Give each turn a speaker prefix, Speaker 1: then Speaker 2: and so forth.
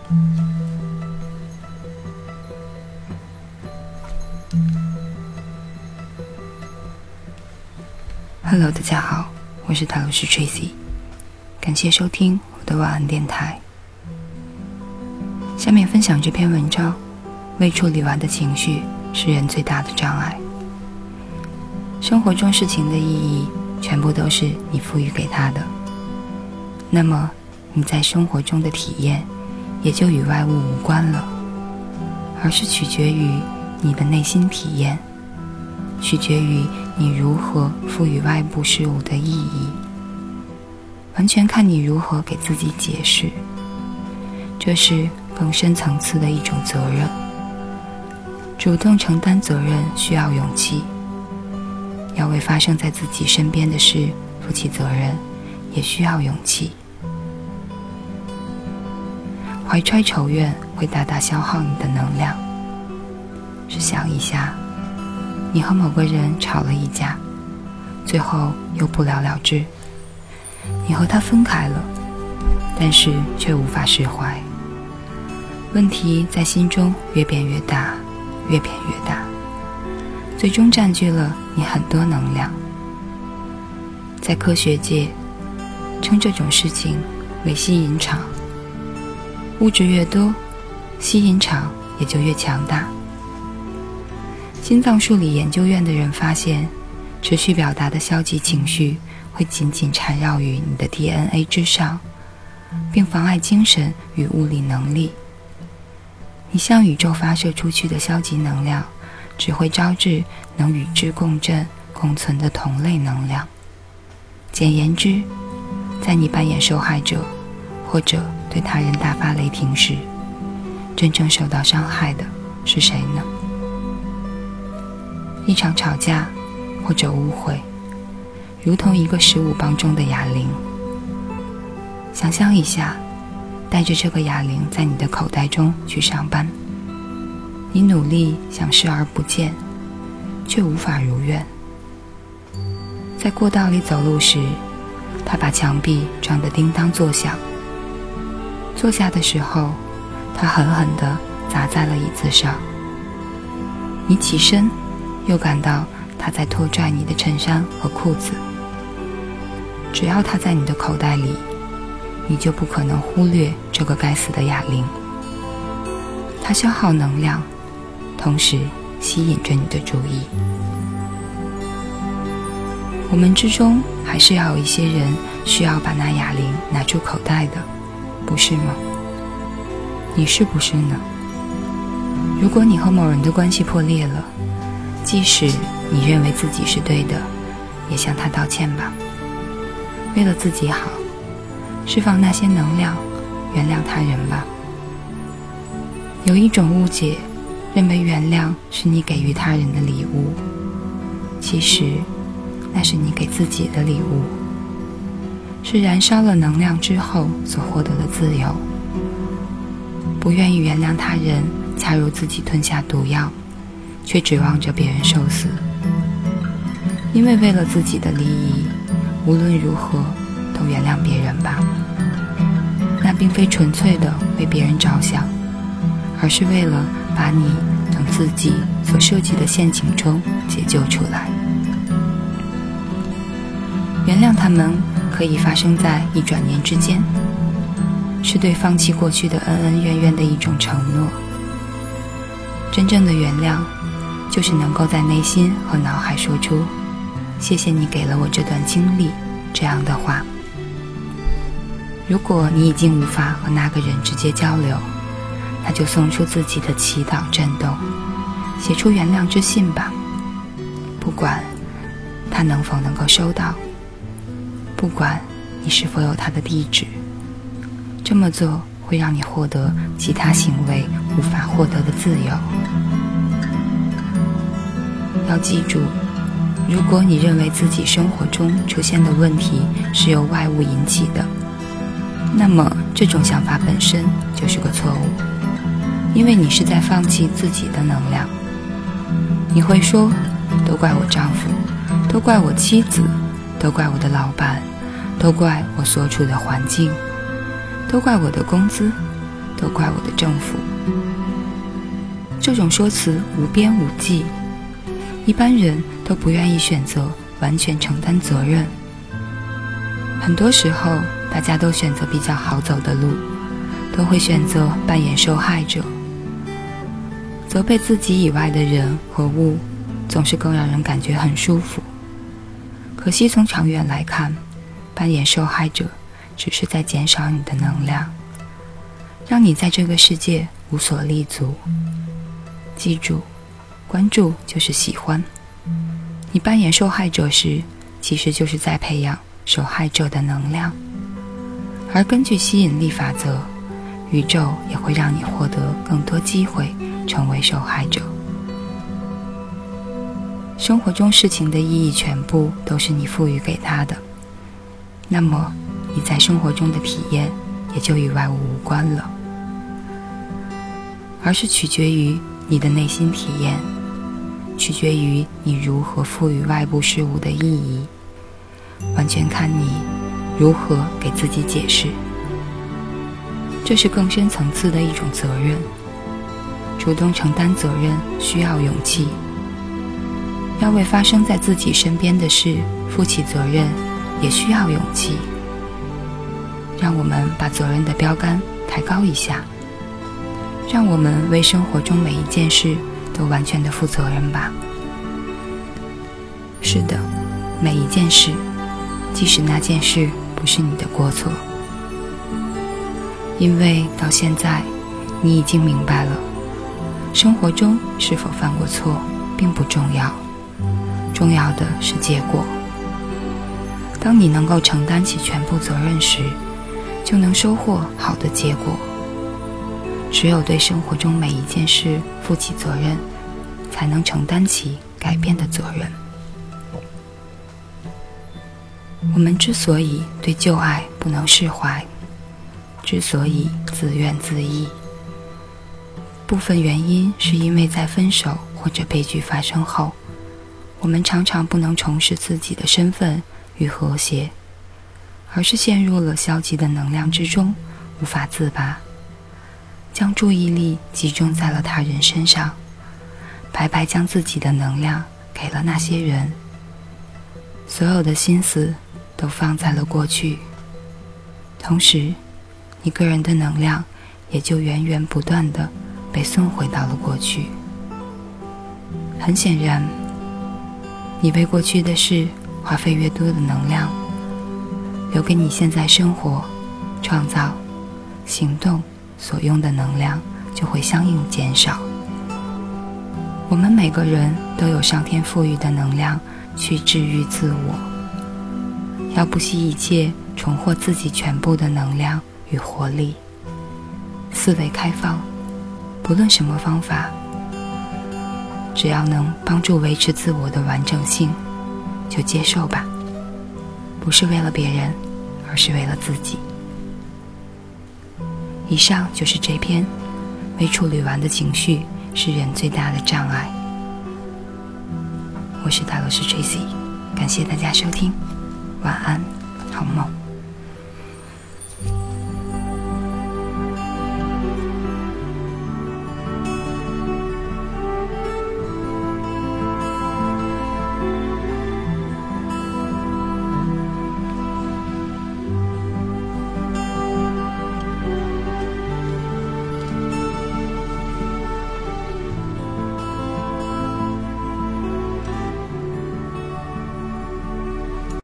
Speaker 1: Hello， 大家好，我是塔罗师 Tracy， 感谢收听我的晚安电台。下面分享这篇文章：未处理完的情绪是人最大的障碍。生活中事情的意义全部都是你赋予给它的，那么你在生活中的体验也就与外物无关了，而是取决于你的内心体验，取决于你如何赋予外部事物的意义，完全看你如何给自己解释。这是更深层次的一种责任。主动承担责任需要勇气，要为发生在自己身边的事负起责任也需要勇气。怀揣仇怨会大大消耗你的能量。试想一下，你和某个人吵了一架，最后又不了了之，你和他分开了，但是却无法释怀，问题在心中越变越大，越变越大，最终占据了你很多能量。在科学界称这种事情为吸引场，物质越多，吸引场也就越强大。心脏数理研究院的人发现，持续表达的消极情绪会紧紧缠绕于你的 DNA 之上，并妨碍精神与物理能力。你向宇宙发射出去的消极能量，只会招致能与之共振共存的同类能量。简言之，在你扮演受害者或者对他人大发雷霆时，真正受到伤害的是谁呢？一场吵架或者误会，如同一个15磅重的哑铃。想象一下，带着这个哑铃在你的口袋中去上班，你努力想视而不见，却无法如愿。在过道里走路时，他把墙壁撞得叮当作响。坐下的时候，他狠狠地砸在了椅子上。你起身，又感到他在拖拽你的衬衫和裤子。只要他在你的口袋里，你就不可能忽略这个该死的哑铃。它消耗能量，同时吸引着你的注意。我们之中还是要有一些人需要把那哑铃拿出口袋的，不是吗？你是不是呢？如果你和某人的关系破裂了，即使你认为自己是对的，也向他道歉吧。为了自己好，释放那些能量，原谅他人吧。有一种误解，认为原谅是你给予他人的礼物，其实那是你给自己的礼物，是燃烧了能量之后所获得的自由。不愿意原谅他人恰如自己吞下毒药，却指望着别人受死。因为为了自己的利益，无论如何都原谅别人吧。那并非纯粹的为别人着想，而是为了把你从自己所设计的陷阱中解救出来。原谅他们可以发生在一转念之间，是对放弃过去的恩恩怨怨的一种承诺。真正的原谅，就是能够在内心和脑海说出谢谢你给了我这段经历这样的话。如果你已经无法和那个人直接交流，那就送出自己的祈祷震动，写出原谅之信吧。不管他能否能够收到，不管你是否有他的地址，这么做会让你获得其他行为无法获得的自由。要记住，如果你认为自己生活中出现的问题是由外物引起的，那么这种想法本身就是个错误，因为你是在放弃自己的能量。你会说，都怪我丈夫，都怪我妻子，都怪我的老板，都怪我所处的环境，都怪我的工资， 都怪我的政府。这种说辞无边无际，一般人都不愿意选择完全承担责任。很多时候，大家都选择比较好走的路，都会选择扮演受害者。责备自己以外的人和物，总是更让人感觉很舒服。可惜从长远来看，扮演受害者只是在减少你的能量，让你在这个世界无所立足。记住，关注就是喜欢。你扮演受害者时，其实就是在培养受害者的能量。而根据吸引力法则，宇宙也会让你获得更多机会成为受害者。生活中事情的意义全部都是你赋予给它的，那么你在生活中的体验也就与外物无关了，而是取决于你的内心体验，取决于你如何赋予外部事物的意义，完全看你如何给自己解释。这是更深层次的一种责任，主动承担责任需要勇气，要为发生在自己身边的事负起责任也需要勇气。让我们把责任的标杆抬高一下，让我们为生活中每一件事都完全的负责任吧。是的，每一件事，即使那件事不是你的过错。因为到现在，你已经明白了，生活中是否犯过错并不重要，重要的是结果。当你能够承担起全部责任时，就能收获好的结果。只有对生活中每一件事负起责任，才能承担起改变的责任。我们之所以对旧爱不能释怀，之所以自怨自艾，部分原因是因为在分手或者悲剧发生后，我们常常不能重视自己的身份与和谐，而是陷入了消极的能量之中，无法自拔，将注意力集中在了他人身上，白白将自己的能量给了那些人，所有的心思都放在了过去，同时你个人的能量也就源源不断地被送回到了过去。很显然，你为过去的事花费越多的能量，留给你现在生活、创造、行动所用的能量就会相应减少。我们每个人都有上天赋予的能量去治愈自我，要不惜一切重获自己全部的能量与活力。思维开放，不论什么方法，只要能帮助维持自我的完整性，就接受吧。不是为了别人，而是为了自己。以上就是这篇未处理完的情绪是人最大的障碍。我是大老师 Tracy， 感谢大家收听，晚安，好梦。